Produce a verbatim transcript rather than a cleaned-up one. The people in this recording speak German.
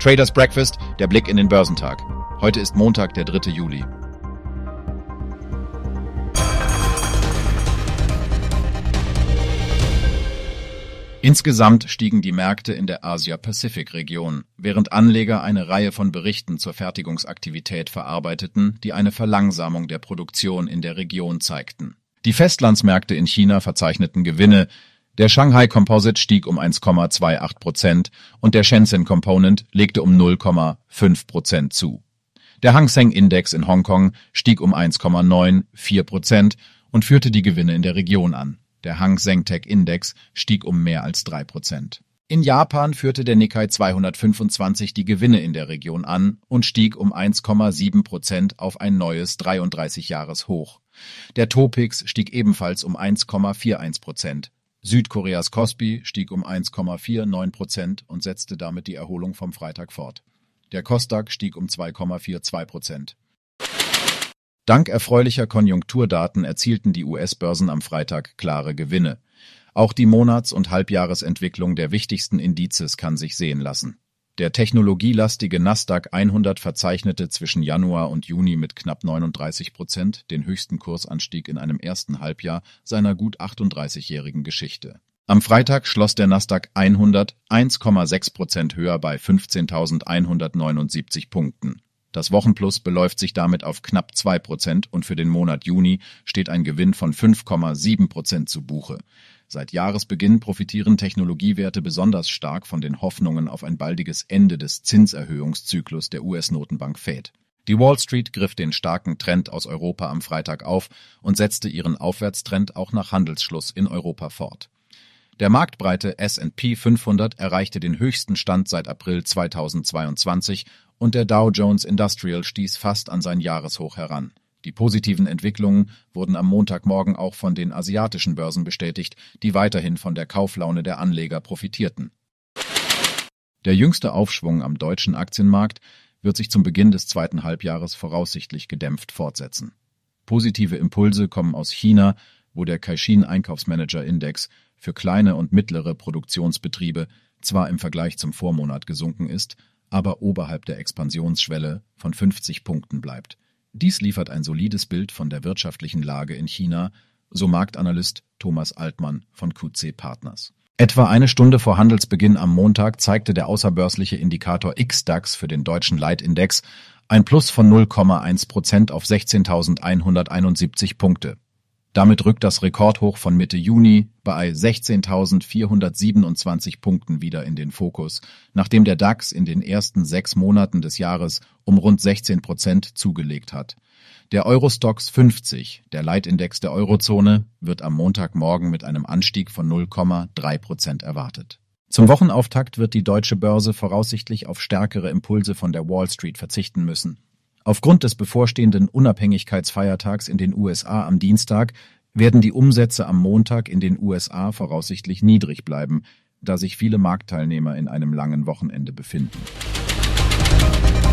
Traders Breakfast, der Blick in den Börsentag. Heute ist Montag, der dritte Juli. Insgesamt stiegen die Märkte in der Asia-Pazifik-Region, während Anleger eine Reihe von Berichten zur Fertigungsaktivität verarbeiteten, die eine Verlangsamung der Produktion in der Region zeigten. Die Festlandsmärkte in China verzeichneten Gewinne. Der Shanghai Composite stieg um eins Komma achtundzwanzig Prozent und der Shenzhen Component legte um null Komma fünf Prozent zu. Der Hang Seng Index in Hongkong stieg um eins Komma vierundneunzig Prozent und führte die Gewinne in der Region an. Der Hang Seng Tech Index stieg um mehr als drei Prozent. In Japan führte der Nikkei zweihundertfünfundzwanzig die Gewinne in der Region an und stieg um eins Komma sieben Prozent auf ein neues dreiunddreißig-Jahres-Hoch. Der Topix stieg ebenfalls um eins Komma einundvierzig Prozent. Südkoreas Kospi stieg um eins Komma neunundvierzig Prozent und setzte damit die Erholung vom Freitag fort. Der Kosdaq stieg um zwei Komma zweiundvierzig Prozent. Dank erfreulicher Konjunkturdaten erzielten die U S-Börsen am Freitag klare Gewinne. Auch die Monats- und Halbjahresentwicklung der wichtigsten Indizes kann sich sehen lassen. Der technologielastige Nasdaq hundert verzeichnete zwischen Januar und Juni mit knapp neununddreißig Prozent den höchsten Kursanstieg in einem ersten Halbjahr seiner gut achtunddreißigjährigen Geschichte. Am Freitag schloss der Nasdaq hundert eins Komma sechs Prozent höher bei fünfzehntausendeinhundertneunundsiebzig Punkten. Das Wochenplus beläuft sich damit auf knapp zwei Prozent und für den Monat Juni steht ein Gewinn von fünf Komma sieben Prozent zu Buche. Seit Jahresbeginn profitieren Technologiewerte besonders stark von den Hoffnungen auf ein baldiges Ende des Zinserhöhungszyklus der U S-Notenbank Fed. Die Wall Street griff den starken Trend aus Europa am Freitag auf und setzte ihren Aufwärtstrend auch nach Handelsschluss in Europa fort. Der marktbreite S und P fünfhundert erreichte den höchsten Stand seit April zweitausendzweiundzwanzig und der Dow Jones Industrial stieß fast an sein Jahreshoch heran. Die positiven Entwicklungen wurden am Montagmorgen auch von den asiatischen Börsen bestätigt, die weiterhin von der Kauflaune der Anleger profitierten. Der jüngste Aufschwung am deutschen Aktienmarkt wird sich zum Beginn des zweiten Halbjahres voraussichtlich gedämpft fortsetzen. Positive Impulse kommen aus China, wo der Caixin Einkaufsmanager-Index für kleine und mittlere Produktionsbetriebe zwar im Vergleich zum Vormonat gesunken ist, aber oberhalb der Expansionsschwelle von fünfzig Punkten bleibt. Dies liefert ein solides Bild von der wirtschaftlichen Lage in China, so Marktanalyst Thomas Altmann von Q C Partners. Etwa eine Stunde vor Handelsbeginn am Montag zeigte der außerbörsliche Indikator X DAX für den deutschen Leitindex ein Plus von null Komma eins Prozent auf sechzehntausendeinhunderteinundsiebzig Punkte. Damit rückt das Rekordhoch von Mitte Juni bei sechzehntausendvierhundertsiebenundzwanzig Punkten wieder in den Fokus, nachdem der DAX in den ersten sechs Monaten des Jahres um rund sechzehn Prozent zugelegt hat. Der Euro-Stoxx fünfzig, der Leitindex der Eurozone, wird am Montagmorgen mit einem Anstieg von null Komma drei Prozent erwartet. Zum Wochenauftakt wird die deutsche Börse voraussichtlich auf stärkere Impulse von der Wall Street verzichten müssen. Aufgrund des bevorstehenden Unabhängigkeitsfeiertags in den U S A am Dienstag werden die Umsätze am Montag in den U S A voraussichtlich niedrig bleiben, da sich viele Marktteilnehmer in einem langen Wochenende befinden.